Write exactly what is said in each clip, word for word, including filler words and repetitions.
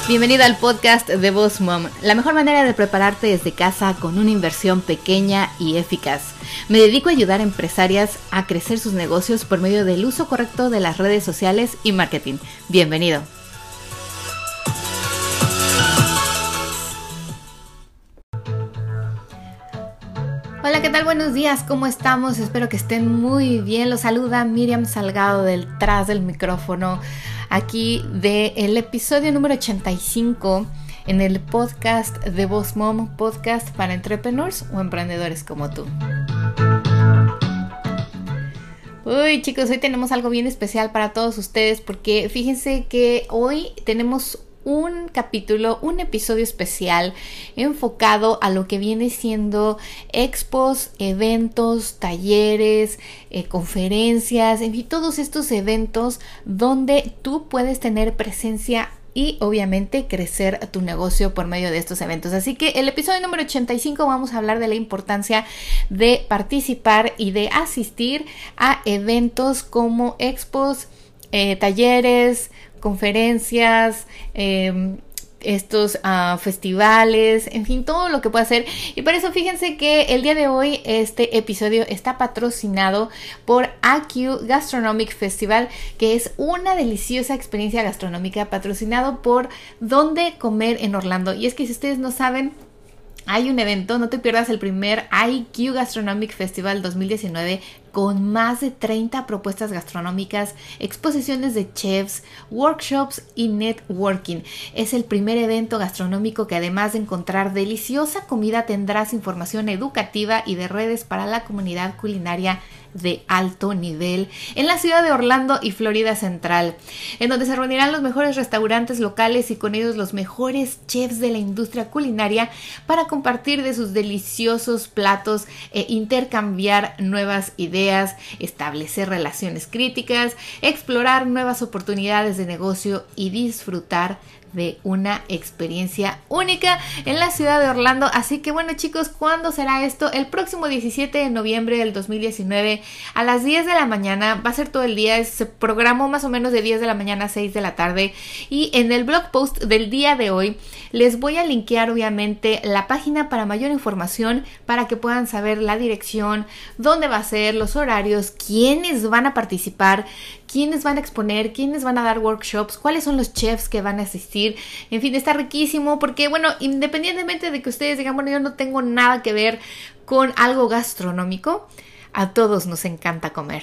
Bienvenido al podcast de Boss Mom, la mejor manera de prepararte desde casa con una inversión pequeña y eficaz. Me dedico a ayudar a empresarias a crecer sus negocios por medio del uso correcto de las redes sociales y marketing. Bienvenido. Hola, ¿qué tal? Buenos días, ¿cómo estamos? Espero que estén muy bien. Los saluda Miriam Salgado detrás del micrófono, aquí del episodio número ochenta y cinco en el podcast de Boss Mom, podcast para entrepreneurs o emprendedores como tú. Uy, chicos, hoy tenemos algo bien especial para todos ustedes porque fíjense que hoy tenemos un capítulo, un episodio especial enfocado a lo que viene siendo expos, eventos, talleres, eh, conferencias, en fin, todos estos eventos donde tú puedes tener presencia y obviamente crecer tu negocio por medio de estos eventos. Así que el episodio número ochenta y cinco vamos a hablar de la importancia de participar y de asistir a eventos como expos, eh, talleres, conferencias, eh, estos uh, festivales, en fin, todo lo que pueda hacer. Y por eso fíjense que el día de hoy este episodio está patrocinado por A Q Gastronomic Festival, que es una deliciosa experiencia gastronómica, patrocinado por Dónde Comer en Orlando. Y es que si ustedes no saben, hay un evento, no te pierdas el primer A Q Gastronomic Festival dos mil diecinueve con más de treinta propuestas gastronómicas, exposiciones de chefs, workshops y networking. Es el primer evento gastronómico que además de encontrar deliciosa comida tendrás información educativa y de redes para la comunidad culinaria de alto nivel en la ciudad de Orlando y Florida Central, en donde se reunirán los mejores restaurantes locales y con ellos los mejores chefs de la industria culinaria para compartir de sus deliciosos platos e intercambiar nuevas ideas, establecer relaciones críticas, explorar nuevas oportunidades de negocio y disfrutar de una experiencia única en la ciudad de Orlando. Así que bueno, chicos, ¿cuándo será esto? El próximo diecisiete de noviembre del dos mil diecinueve a las diez de la mañana. Va a ser todo el día, se programó más o menos de diez de la mañana a seis de la tarde. Y en el blog post del día de hoy les voy a linkear obviamente la página para mayor información, para que puedan saber la dirección, dónde va a ser, los horarios, quiénes van a participar, quiénes van a exponer, quiénes van a dar workshops, cuáles son los chefs que van a asistir. En fin, está riquísimo porque, bueno, independientemente de que ustedes digan, bueno, yo no tengo nada que ver con algo gastronómico, a todos nos encanta comer.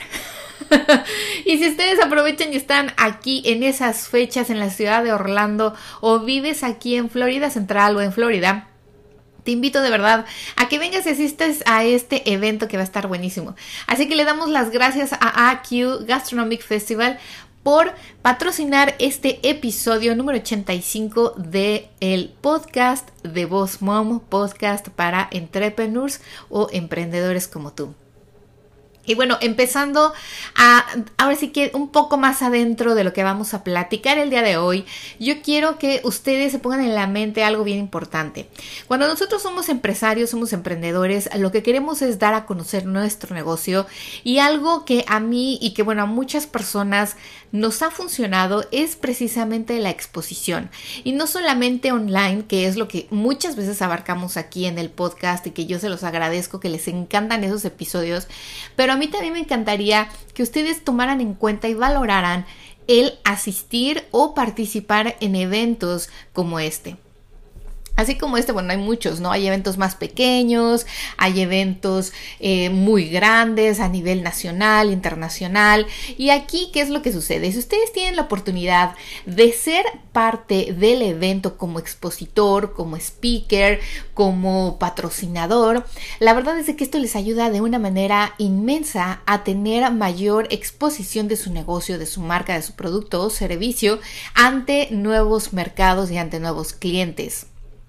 Y si ustedes aprovechan y están aquí en esas fechas en la ciudad de Orlando o vives aquí en Florida Central o en Florida, te invito de verdad a que vengas y asistas a este evento que va a estar buenísimo. Así que le damos las gracias a A Q Gastronomic Festival por patrocinar este episodio número ochenta y cinco de el podcast de Boss Mom, podcast para entrepreneurs o emprendedores como tú. Y bueno, empezando a, ahora sí que un poco más adentro de lo que vamos a platicar el día de hoy, yo quiero que ustedes se pongan en la mente algo bien importante. Cuando nosotros somos empresarios, somos emprendedores, lo que queremos es dar a conocer nuestro negocio, y algo que a mí y que bueno, a muchas personas nos ha funcionado es precisamente la exposición. Y no solamente online, que es lo que muchas veces abarcamos aquí en el podcast y que yo se los agradezco, que les encantan esos episodios, pero a mí también me encantaría que ustedes tomaran en cuenta y valoraran el asistir o participar en eventos como este. Así como este, bueno, hay muchos, ¿no? Hay eventos más pequeños, hay eventos eh, muy grandes a nivel nacional, internacional. Y aquí, ¿qué es lo que sucede? Si ustedes tienen la oportunidad de ser parte del evento como expositor, como speaker, como patrocinador, la verdad es que esto les ayuda de una manera inmensa a tener mayor exposición de su negocio, de su marca, de su producto o servicio ante nuevos mercados y ante nuevos clientes.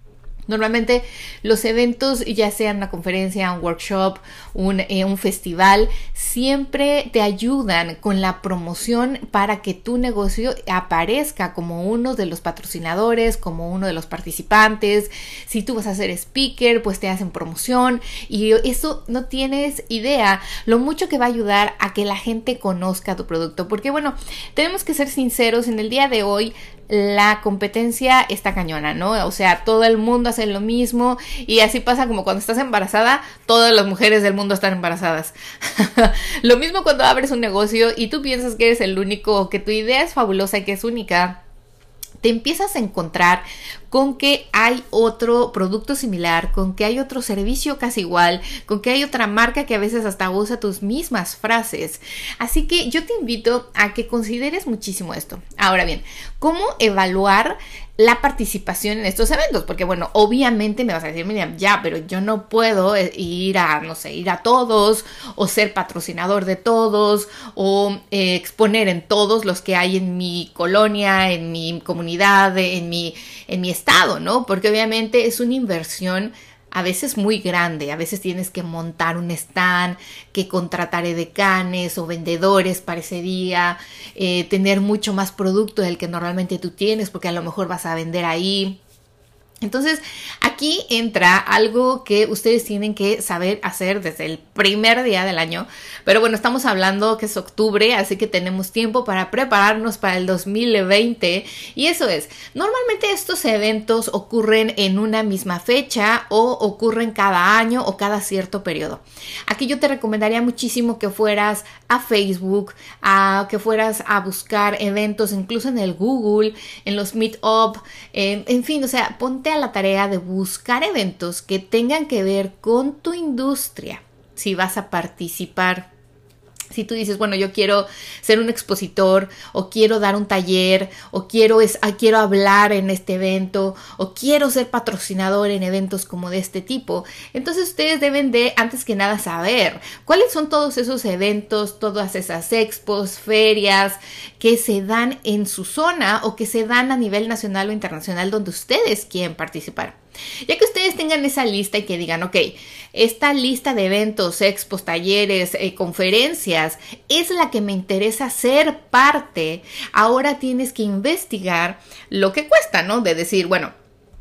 Normalmente los eventos, ya sean una conferencia, un workshop, un, eh, un festival, siempre te ayudan con la promoción para que tu negocio aparezca como uno de los patrocinadores, como uno de los participantes. Si tú vas a ser speaker, pues te hacen promoción y eso no tienes idea lo mucho que va a ayudar a que la gente conozca tu producto. Porque bueno, tenemos que ser sinceros, en el día de hoy la competencia está cañona, ¿no? O sea, todo el mundo hace lo mismo y así pasa como cuando estás embarazada, todas las mujeres del mundo están embarazadas. Lo mismo cuando abres un negocio y tú piensas que eres el único, que tu idea es fabulosa y que es única. Te empiezas a encontrar con que hay otro producto similar, con que hay otro servicio casi igual, con que hay otra marca que a veces hasta usa tus mismas frases. Así que yo te invito a que consideres muchísimo esto. Ahora bien, ¿cómo evaluar la participación en estos eventos? Porque bueno, obviamente me vas a decir, Miriam, ya, pero yo no puedo ir a, no sé, ir a todos o ser patrocinador de todos o eh, exponer en todos los que hay en mi colonia, en mi comunidad, en mi, en mi estado, ¿no? Porque obviamente es una inversión a veces muy grande, a veces tienes que montar un stand, que contratar edecanes o vendedores para ese día, eh, tener mucho más producto del que normalmente tú tienes porque a lo mejor vas a vender ahí. Entonces, aquí entra algo que ustedes tienen que saber hacer desde el primer día del año. Pero bueno, estamos hablando que es octubre, así que tenemos tiempo para prepararnos para el dos mil veinte. Y eso es, normalmente estos eventos ocurren en una misma fecha o ocurren cada año o cada cierto periodo. Aquí yo te recomendaría muchísimo que fueras a Facebook, a, que fueras a buscar eventos incluso en el Google, en los Meetup, eh, en fin, o sea, ponte a la tarea de buscar eventos que tengan que ver con tu industria. Si vas a participar, si tú dices, bueno, yo quiero ser un expositor o quiero dar un taller o quiero, es, quiero hablar en este evento o quiero ser patrocinador en eventos como de este tipo, entonces ustedes deben de, antes que nada, saber cuáles son todos esos eventos, todas esas expos, ferias que se dan en su zona o que se dan a nivel nacional o internacional donde ustedes quieren participar. Ya que ustedes tengan esa lista y que digan, ok, esta lista de eventos, expos, talleres, eh, conferencias es la que me interesa ser parte, ahora tienes que investigar lo que cuesta, ¿no? De decir, bueno,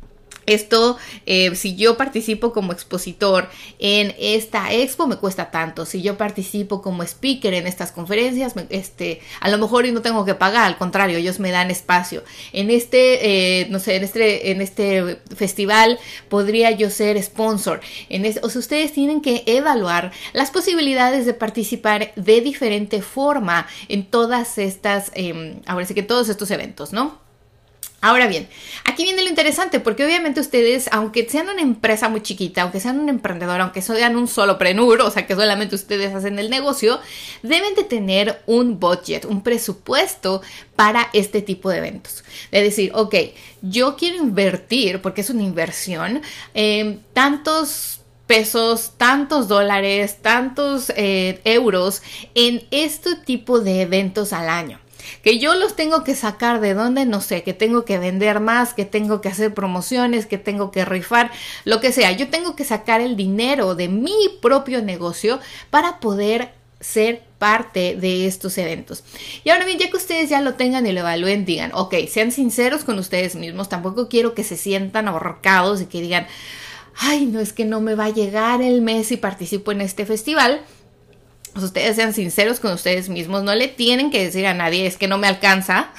esto, eh, si yo participo como expositor en esta expo, me cuesta tanto. Si yo participo como speaker en estas conferencias, me, este, a lo mejor y no tengo que pagar, al contrario, ellos me dan espacio. En este, eh, no sé, en este, en este festival podría yo ser sponsor. En este, o sea, ustedes tienen que evaluar las posibilidades de participar de diferente forma en todas estas, eh, ahora sí que todos estos eventos, ¿no? Ahora bien, aquí viene lo interesante, porque obviamente ustedes, aunque sean una empresa muy chiquita, aunque sean un emprendedor, aunque sean un solopreneur, o sea que solamente ustedes hacen el negocio, deben de tener un budget, un presupuesto para este tipo de eventos. De decir, ok, yo quiero invertir, porque es una inversión, eh, tantos pesos, tantos dólares, tantos eh, euros en este tipo de eventos al año. Que yo los tengo que sacar de donde, no sé, que tengo que vender más, que tengo que hacer promociones, que tengo que rifar, lo que sea. Yo tengo que sacar el dinero de mi propio negocio para poder ser parte de estos eventos. Y ahora bien, ya que ustedes ya lo tengan y lo evalúen, digan, ok, sean sinceros con ustedes mismos. Tampoco quiero que se sientan ahorcados y que digan, ay, no, es que no me va a llegar el mes si participo en este festival. Ustedes sean sinceros con ustedes mismos, no le tienen que decir a nadie, es que no me alcanza.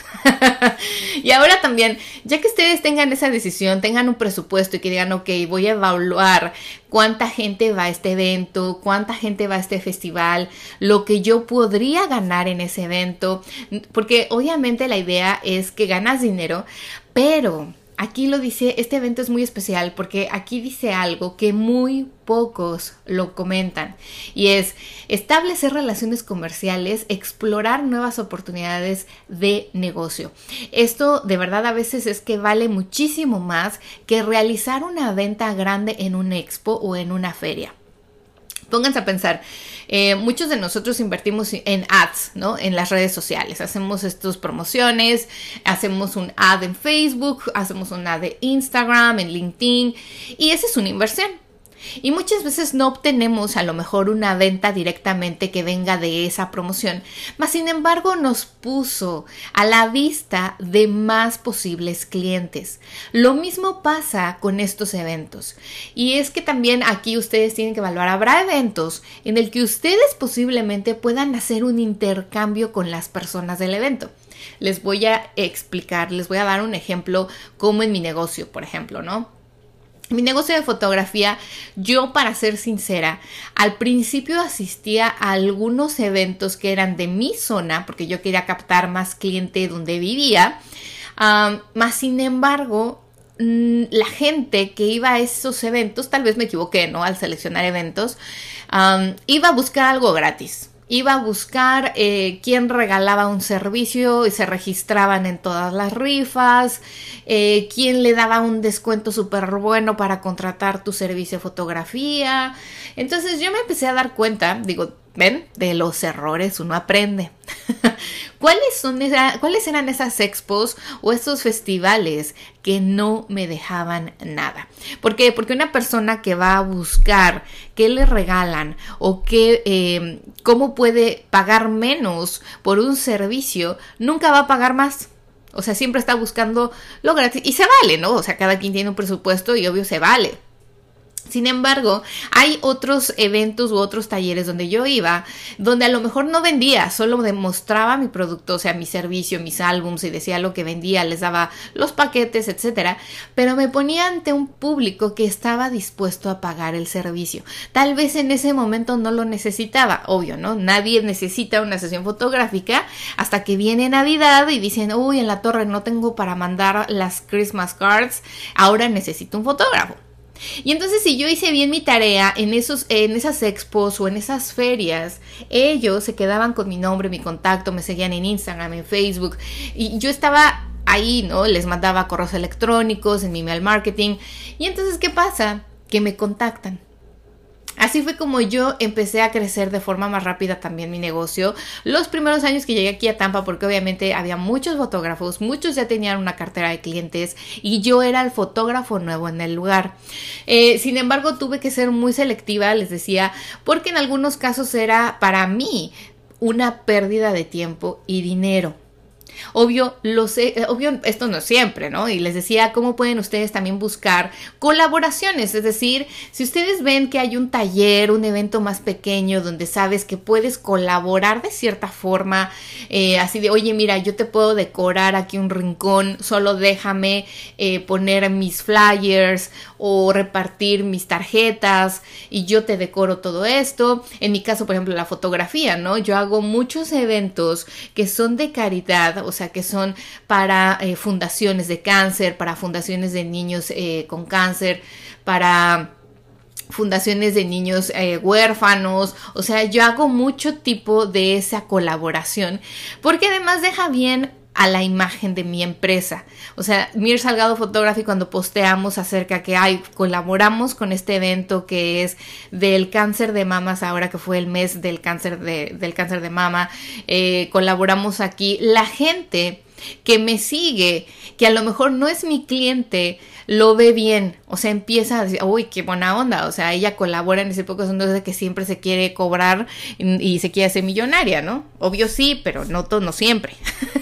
Y ahora también, ya que ustedes tengan esa decisión, tengan un presupuesto y que digan, ok, voy a evaluar cuánta gente va a este evento, cuánta gente va a este festival, lo que yo podría ganar en ese evento, porque obviamente la idea es que ganas dinero, pero aquí lo dice, este evento es muy especial porque aquí dice algo que muy pocos lo comentan y es establecer relaciones comerciales, explorar nuevas oportunidades de negocio. Esto de verdad a veces es que vale muchísimo más que realizar una venta grande en un expo o en una feria. Pónganse a pensar, eh, muchos de nosotros invertimos en ads, ¿no? En las redes sociales. Hacemos estas promociones, hacemos un ad en Facebook, hacemos un ad de Instagram, en LinkedIn, y esa es una inversión. Y muchas veces no obtenemos a lo mejor una venta directamente que venga de esa promoción, mas sin embargo nos puso a la vista de más posibles clientes. Lo mismo pasa con estos eventos. Y es que también aquí ustedes tienen que evaluar, habrá eventos en el que ustedes posiblemente puedan hacer un intercambio con las personas del evento. Les voy a explicar, les voy a dar un ejemplo como en mi negocio, por ejemplo, ¿no? Mi negocio de fotografía, yo para ser sincera, al principio asistía a algunos eventos que eran de mi zona, porque yo quería captar más cliente donde vivía, um, más sin embargo, mmm, la gente que iba a esos eventos, tal vez me equivoqué, ¿no? Al seleccionar eventos, um, iba a buscar algo gratis. Iba a buscar eh, quién regalaba un servicio y se registraban en todas las rifas, eh, quién le daba un descuento súper bueno para contratar tu servicio de fotografía. Entonces yo me empecé a dar cuenta, digo, ven, de los errores uno aprende. ¿Cuáles son esa, cuáles eran esas expos o esos festivales que no me dejaban nada? ¿Por qué? Porque una persona que va a buscar qué le regalan o qué, eh, cómo puede pagar menos por un servicio, nunca va a pagar más. O sea, siempre está buscando lo gratis y se vale, ¿no? O sea, cada quien tiene un presupuesto y obvio se vale. Sin embargo, hay otros eventos u otros talleres donde yo iba, donde a lo mejor no vendía, solo demostraba mi producto, o sea, mi servicio, mis álbums y decía lo que vendía, les daba los paquetes, etcétera, pero me ponía ante un público que estaba dispuesto a pagar el servicio. Tal vez en ese momento no lo necesitaba, obvio, ¿no? Nadie necesita una sesión fotográfica hasta que viene Navidad y dicen, uy, en la torre no tengo para mandar las Christmas cards, ahora necesito un fotógrafo. Y entonces si yo hice bien mi tarea en, esos, en esas expos o en esas ferias, ellos se quedaban con mi nombre, mi contacto, me seguían en Instagram, en Facebook y yo estaba ahí, ¿no? Les mandaba correos electrónicos en mi email marketing y entonces ¿qué pasa? Que me contactan. Así fue como yo empecé a crecer de forma más rápida también mi negocio. Los primeros años que llegué aquí a Tampa, porque obviamente había muchos fotógrafos, muchos ya tenían una cartera de clientes y yo era el fotógrafo nuevo en el lugar. Eh, sin embargo, tuve que ser muy selectiva, les decía, porque en algunos casos era para mí una pérdida de tiempo y dinero. Obvio, lo sé, obvio, esto no siempre, ¿no? Y les decía cómo pueden ustedes también buscar colaboraciones, es decir, si ustedes ven que hay un taller, un evento más pequeño donde sabes que puedes colaborar de cierta forma, eh, así de, oye, mira, yo te puedo decorar aquí un rincón, solo déjame eh, poner mis flyers o repartir mis tarjetas y yo te decoro todo esto. En mi caso, por ejemplo, la fotografía, ¿no? Yo hago muchos eventos que son de caridad, o sea, que son para eh, fundaciones de cáncer, para fundaciones de niños eh, con cáncer, para fundaciones de niños eh, huérfanos, o sea, yo hago mucho tipo de esa colaboración, porque además deja bien a la imagen de mi empresa. O sea, Mir Salgado Photography, cuando posteamos acerca que ay, colaboramos con este evento que es del cáncer de mamas, ahora que fue el mes del cáncer de, del cáncer de mama, eh, colaboramos aquí. La gente que me sigue, que a lo mejor no es mi cliente, lo ve bien, o sea, empieza a decir, uy, qué buena onda, o sea, ella colabora en ese poco asunto de que siempre se quiere cobrar y, y se quiere hacer millonaria, ¿no? Obvio sí, pero no todo, no siempre.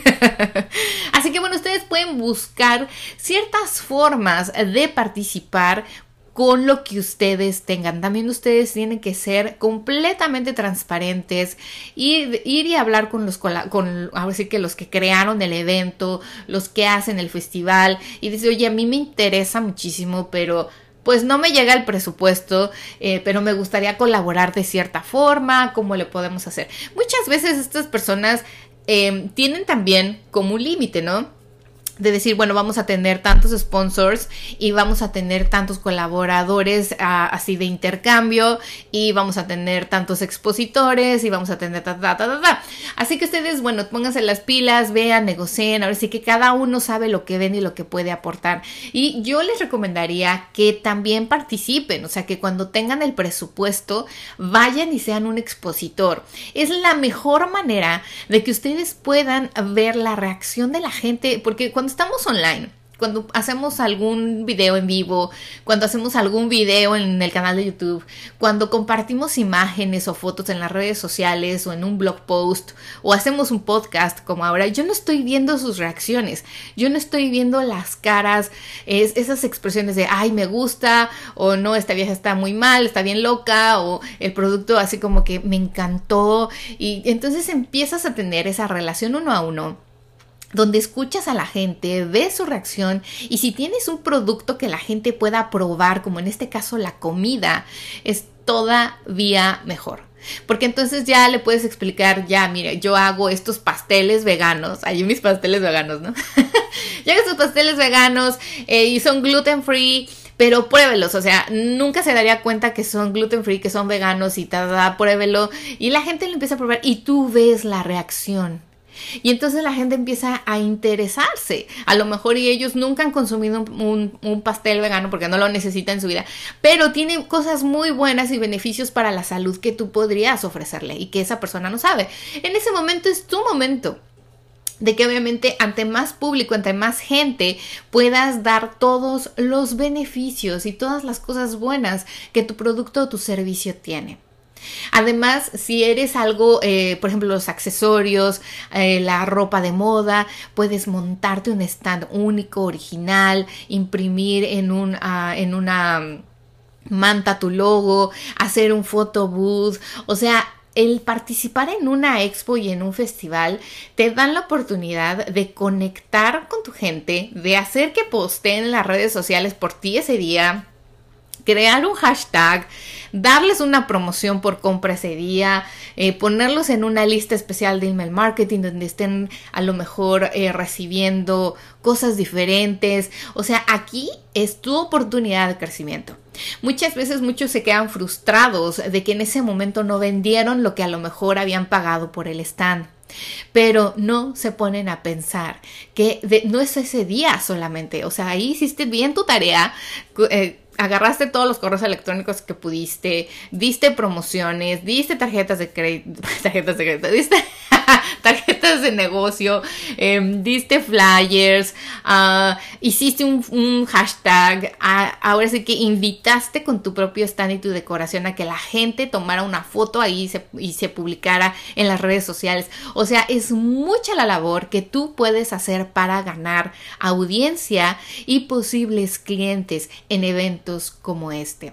Así que bueno, ustedes pueden buscar ciertas formas de participar con lo que ustedes tengan. También ustedes tienen que ser completamente transparentes y ir y hablar con los, con, ahora sí que los que crearon el evento, los que hacen el festival y decir, oye, a mí me interesa muchísimo, pero pues no me llega el presupuesto, eh, pero me gustaría colaborar de cierta forma, ¿cómo le podemos hacer? Muchas veces estas personas eh, tienen también como un límite, ¿no? de decir, bueno, vamos a tener tantos sponsors y vamos a tener tantos colaboradores a, así de intercambio y vamos a tener tantos expositores y vamos a tener ta, ta, ta, ta, ta. Así que ustedes, bueno, pónganse las pilas, vean, negocien, ahora sí que cada uno sabe lo que vende y lo que puede aportar. Y yo les recomendaría que también participen, o sea, que cuando tengan el presupuesto, vayan y sean un expositor. Es la mejor manera de que ustedes puedan ver la reacción de la gente, porque cuando estamos online, cuando hacemos algún video en vivo, cuando hacemos algún video en el canal de YouTube, cuando compartimos imágenes o fotos en las redes sociales o en un blog post o hacemos un podcast como ahora, yo no estoy viendo sus reacciones, yo no estoy viendo las caras, es, esas expresiones de ay, me gusta, o no, esta vieja está muy mal, está bien loca, o el producto así como que me encantó, y entonces empiezas a tener esa relación uno a uno, donde escuchas a la gente, ves su reacción, y si tienes un producto que la gente pueda probar, como en este caso la comida, es todavía mejor. Porque entonces ya le puedes explicar, ya, mira, yo hago estos pasteles veganos, hay mis pasteles veganos, ¿no? Yo hago estos pasteles veganos eh, y son gluten free, pero pruébelos, o sea, nunca se daría cuenta que son gluten free, que son veganos y tal, pruébelo, y la gente lo empieza a probar y tú ves la reacción. Y entonces la gente empieza a interesarse. A lo mejor y ellos nunca han consumido un, un, un pastel vegano porque no lo necesitan en su vida, pero tiene cosas muy buenas y beneficios para la salud que tú podrías ofrecerle y que esa persona no sabe. En ese momento es tu momento de que obviamente ante más público, ante más gente, puedas dar todos los beneficios y todas las cosas buenas que tu producto o tu servicio tiene. Además, si eres algo, eh, por ejemplo, los accesorios, eh, la ropa de moda, puedes montarte un stand único, original, imprimir en, un, uh, en una manta tu logo, hacer un photo booth, o sea, el participar en una expo y en un festival te dan la oportunidad de conectar con tu gente, de hacer que posteen en las redes sociales por ti ese día, crear un hashtag, darles una promoción por compra ese día, eh, ponerlos en una lista especial de email marketing donde estén a lo mejor eh, recibiendo cosas diferentes. O sea, aquí es tu oportunidad de crecimiento. Muchas veces muchos se quedan frustrados de que en ese momento no vendieron lo que a lo mejor habían pagado por el stand. Pero no se ponen a pensar que de, no es ese día solamente. O sea, ahí hiciste bien tu tarea, eh, agarraste todos los correos electrónicos que pudiste, diste promociones, diste tarjetas de crédito, tarjetas de crédito, diste tarjetas de negocio, eh, diste flyers, uh, hiciste un, un hashtag, uh, ahora sí que invitaste con tu propio stand y tu decoración a que la gente tomara una foto ahí y se, y se publicara en las redes sociales. O sea, es mucha la labor que tú puedes hacer para ganar audiencia y posibles clientes en eventos como este.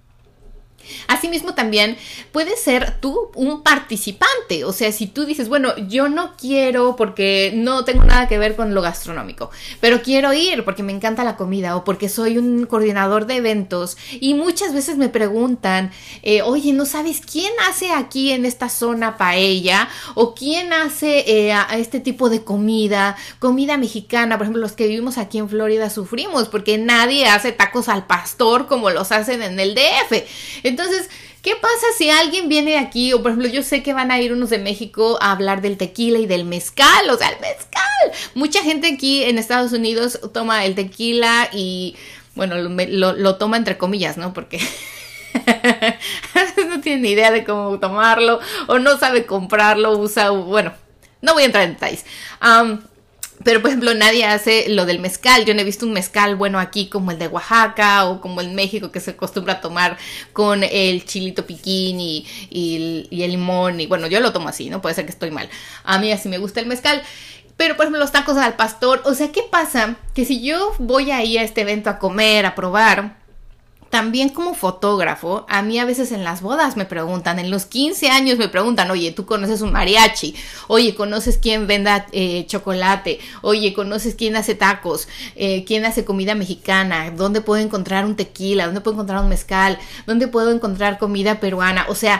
Asimismo, también puedes ser tú un participante. O sea, si tú dices, bueno, yo no quiero porque no tengo nada que ver con lo gastronómico, pero quiero ir porque me encanta la comida o porque soy un coordinador de eventos y muchas veces me preguntan, eh, oye, ¿no sabes quién hace aquí en esta zona paella? ¿O quién hace eh, a este tipo de comida? Comida mexicana, por ejemplo, los que vivimos aquí en Florida sufrimos porque nadie hace tacos al pastor como los hacen en el D F. Entonces, ¿qué pasa si alguien viene aquí? O por ejemplo, yo sé que van a ir unos de México a hablar del tequila y del mezcal, o sea, el mezcal. Mucha gente aquí en Estados Unidos toma el tequila y, bueno, lo, lo, lo toma entre comillas, ¿no? Porque no tiene ni idea de cómo tomarlo o no sabe comprarlo, usa, bueno, no voy a entrar en detalles. Um, Pero, por ejemplo, nadie hace lo del mezcal. Yo no he visto un mezcal bueno aquí como el de Oaxaca o como en México que se acostumbra a tomar con el chilito piquín y, y, el, y el limón. Y bueno, yo lo tomo así, ¿no? Puede ser que estoy mal. A mí así me gusta el mezcal. Pero, por ejemplo, los tacos al pastor. O sea, ¿qué pasa? Que si yo voy ahí a este evento a comer, a probar, también como fotógrafo, a mí a veces en las bodas me preguntan, en los quince años me preguntan, oye, ¿tú conoces un mariachi? Oye, ¿conoces quién venda eh, chocolate? Oye, ¿conoces quién hace tacos? Eh, ¿Quién hace comida mexicana? ¿Dónde puedo encontrar un tequila? ¿Dónde puedo encontrar un mezcal? ¿Dónde puedo encontrar comida peruana? O sea,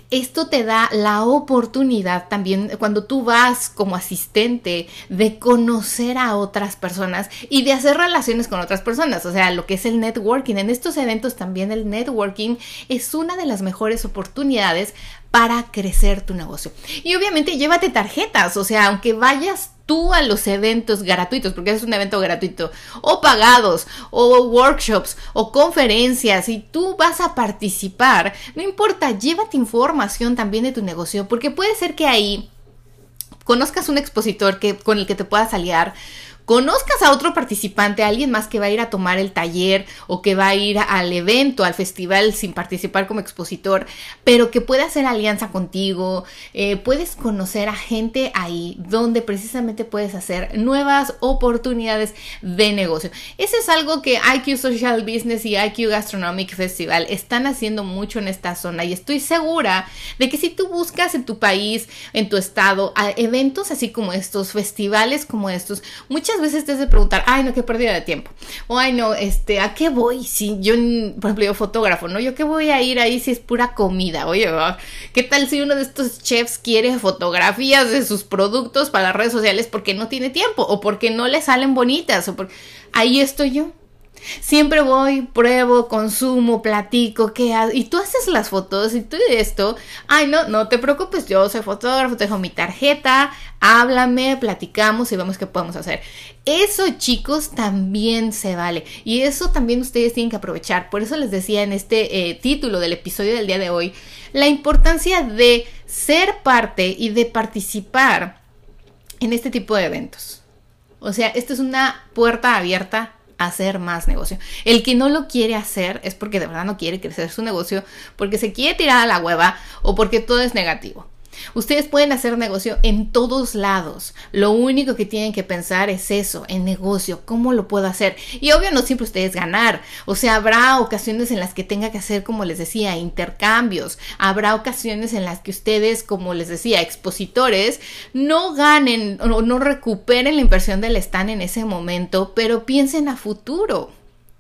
Esto te da la oportunidad también cuando tú vas como asistente de conocer a otras personas y de hacer relaciones con otras personas, o sea, lo que es el networking. En estos eventos también el networking es una de las mejores oportunidades para crecer tu negocio. Y obviamente llévate tarjetas, o sea, aunque vayas tú a los eventos gratuitos, porque es un evento gratuito, o pagados, o workshops, o conferencias, y tú vas a participar, no importa, llévate información también de tu negocio, porque puede ser que ahí conozcas un expositor que, con el que te puedas aliar, conozcas a otro participante, a alguien más que va a ir a tomar el taller o que va a ir al evento, al festival sin participar como expositor, pero que puede hacer alianza contigo. Eh, puedes conocer a gente ahí donde precisamente puedes hacer nuevas oportunidades de negocio. Eso es algo que I Q Social Business y I Q Gastronomic Festival están haciendo mucho en esta zona, y estoy segura de que si tú buscas en tu país, en tu estado, a eventos así como estos, festivales como estos, muchas veces te has de preguntar, ay no, qué pérdida de tiempo, o ay no, este, ¿a qué voy? Si yo, por ejemplo, yo fotógrafo, ¿no? ¿Yo qué voy a ir ahí si es pura comida? Oye, ¿qué tal si uno de estos chefs quiere fotografías de sus productos para las redes sociales porque no tiene tiempo, o porque no le salen bonitas, o porque... Ahí estoy yo. Siempre voy, pruebo, consumo, platico, ¿qué haces? Y tú haces las fotos y tú de esto, ay no, no te preocupes, yo soy fotógrafo, te dejo mi tarjeta, háblame, platicamos y vemos qué podemos hacer. Eso, chicos, también se vale, y eso también ustedes tienen que aprovechar. Por eso les decía en este eh, título del episodio del día de hoy, la importancia de ser parte y de participar en este tipo de eventos. O sea, esta es una puerta abierta hacer más negocio. El que no lo quiere hacer es porque de verdad no quiere crecer su negocio, porque se quiere tirar a la hueva o porque todo es negativo. Ustedes pueden hacer negocio en todos lados. Lo único que tienen que pensar es eso, en negocio, ¿cómo lo puedo hacer? Y obvio no siempre ustedes ganar. O sea, habrá ocasiones en las que tenga que hacer, como les decía, intercambios. Habrá ocasiones en las que ustedes, como les decía, expositores, no ganen o no recuperen la inversión del stand en ese momento, pero piensen a futuro.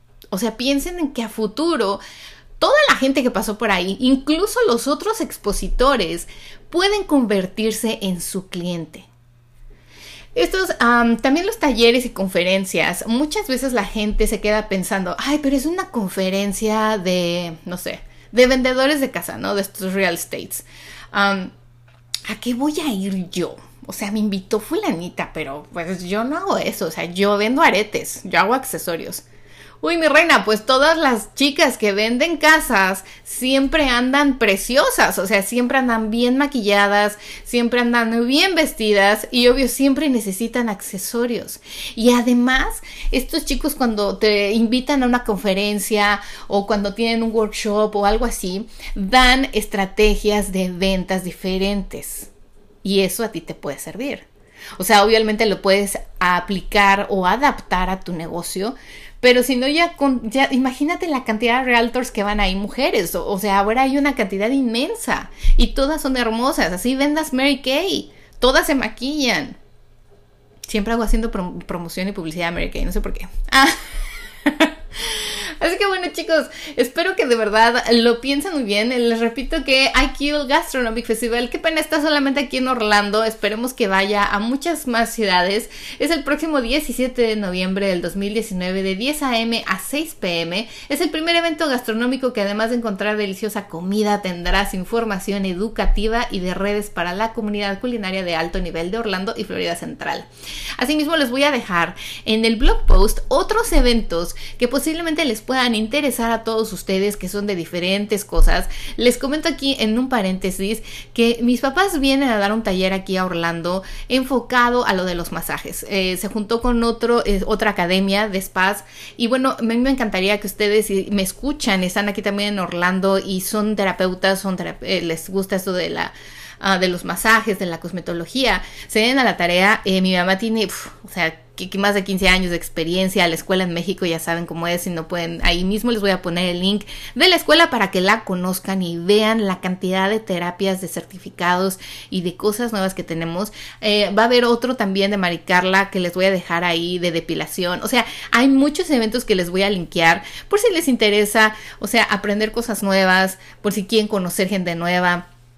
O sea, piensen en que a futuro toda la gente que pasó por ahí, incluso los otros expositores, pueden convertirse en su cliente. Estos, um, también los talleres y conferencias, muchas veces la gente se queda pensando, ay, pero es una conferencia de, no sé, de vendedores de casa, ¿no? De estos real estates. Um, ¿A qué voy a ir yo? O sea, me invitó fulanita, pero pues yo no hago eso. O sea, yo vendo aretes, yo hago accesorios. Uy, mi reina, pues todas las chicas que venden casas siempre andan preciosas, o sea, siempre andan bien maquilladas, siempre andan bien vestidas y obvio siempre necesitan accesorios. Y además, estos chicos cuando te invitan a una conferencia o cuando tienen un workshop o algo así, dan estrategias de ventas diferentes y eso a ti te puede servir. O sea, obviamente lo puedes aplicar o adaptar a tu negocio, pero si no, ya, con, ya imagínate la cantidad de realtors que van ahí, mujeres, o, o sea, ahora hay una cantidad inmensa y todas son hermosas, así vendas Mary Kay, todas se maquillan. Siempre hago haciendo prom- promoción y publicidad de Mary Kay, no sé por qué. Ah. Así que bueno, chicos, espero que de verdad lo piensen muy bien. Les repito que I Q Gastronomic Festival, qué pena, está solamente aquí en Orlando. Esperemos que vaya a muchas más ciudades. Es el próximo diecisiete de noviembre del dos mil diecinueve de diez a eme a seis pe eme. Es el primer evento gastronómico que además de encontrar deliciosa comida, tendrás información educativa y de redes para la comunidad culinaria de alto nivel de Orlando y Florida Central. Asimismo, les voy a dejar en el blog post otros eventos que posiblemente les puedan interesar a todos ustedes, que son de diferentes cosas. Les comento aquí en un paréntesis que mis papás vienen a dar un taller aquí a Orlando enfocado a lo de los masajes. Eh, se juntó con otro, eh, otra academia de spas y bueno, a mí me encantaría que ustedes, si me escuchan, están aquí también en Orlando y son terapeutas, son terap- eh, les gusta esto de la Uh, de los masajes, de la cosmetología, se den a la tarea. Eh, mi mamá tiene, uf, o sea, que, que más de quince años de experiencia. La escuela en México ya saben cómo es, si no pueden, ahí mismo les voy a poner el link de la escuela para que la conozcan y vean la cantidad de terapias, de certificados y de cosas nuevas que tenemos. Eh, va a haber otro también de Mari Carla que les voy a dejar ahí, de depilación. O sea, hay muchos eventos que les voy a linkear por si les interesa, o sea, aprender cosas nuevas, por si quieren conocer gente nueva.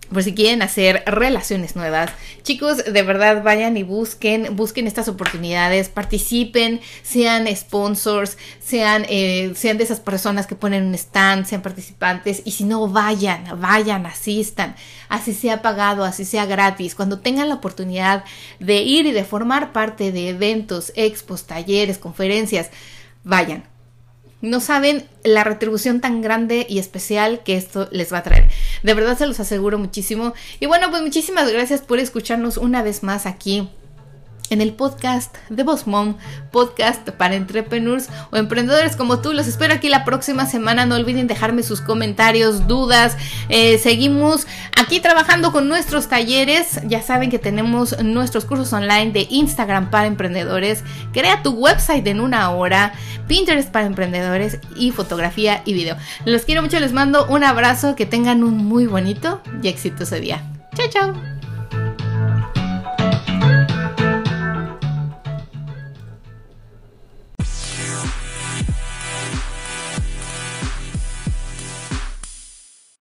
por si quieren hacer relaciones nuevas. Chicos, de verdad vayan y busquen, busquen estas oportunidades, participen, sean sponsors, sean, eh, sean de esas personas que ponen un stand, sean participantes, y si no, vayan, vayan, asistan, así sea pagado, así sea gratis. Cuando tengan la oportunidad de ir y de formar parte de eventos, expos, talleres, conferencias, vayan. No saben la retribución tan grande y especial que esto les va a traer. De verdad se los aseguro muchísimo. Y bueno, pues muchísimas gracias por escucharnos una vez más aquí en el podcast de Boss Mom, podcast para entrepreneurs o emprendedores como tú. Los espero aquí la próxima semana. No olviden dejarme sus comentarios, dudas. Eh, seguimos aquí trabajando con nuestros talleres. Ya saben que tenemos nuestros cursos online de Instagram para emprendedores, crea tu website en una hora, Pinterest para emprendedores y fotografía y video. Los quiero mucho, les mando un abrazo, que tengan un muy bonito y exitoso día. Chao, chao.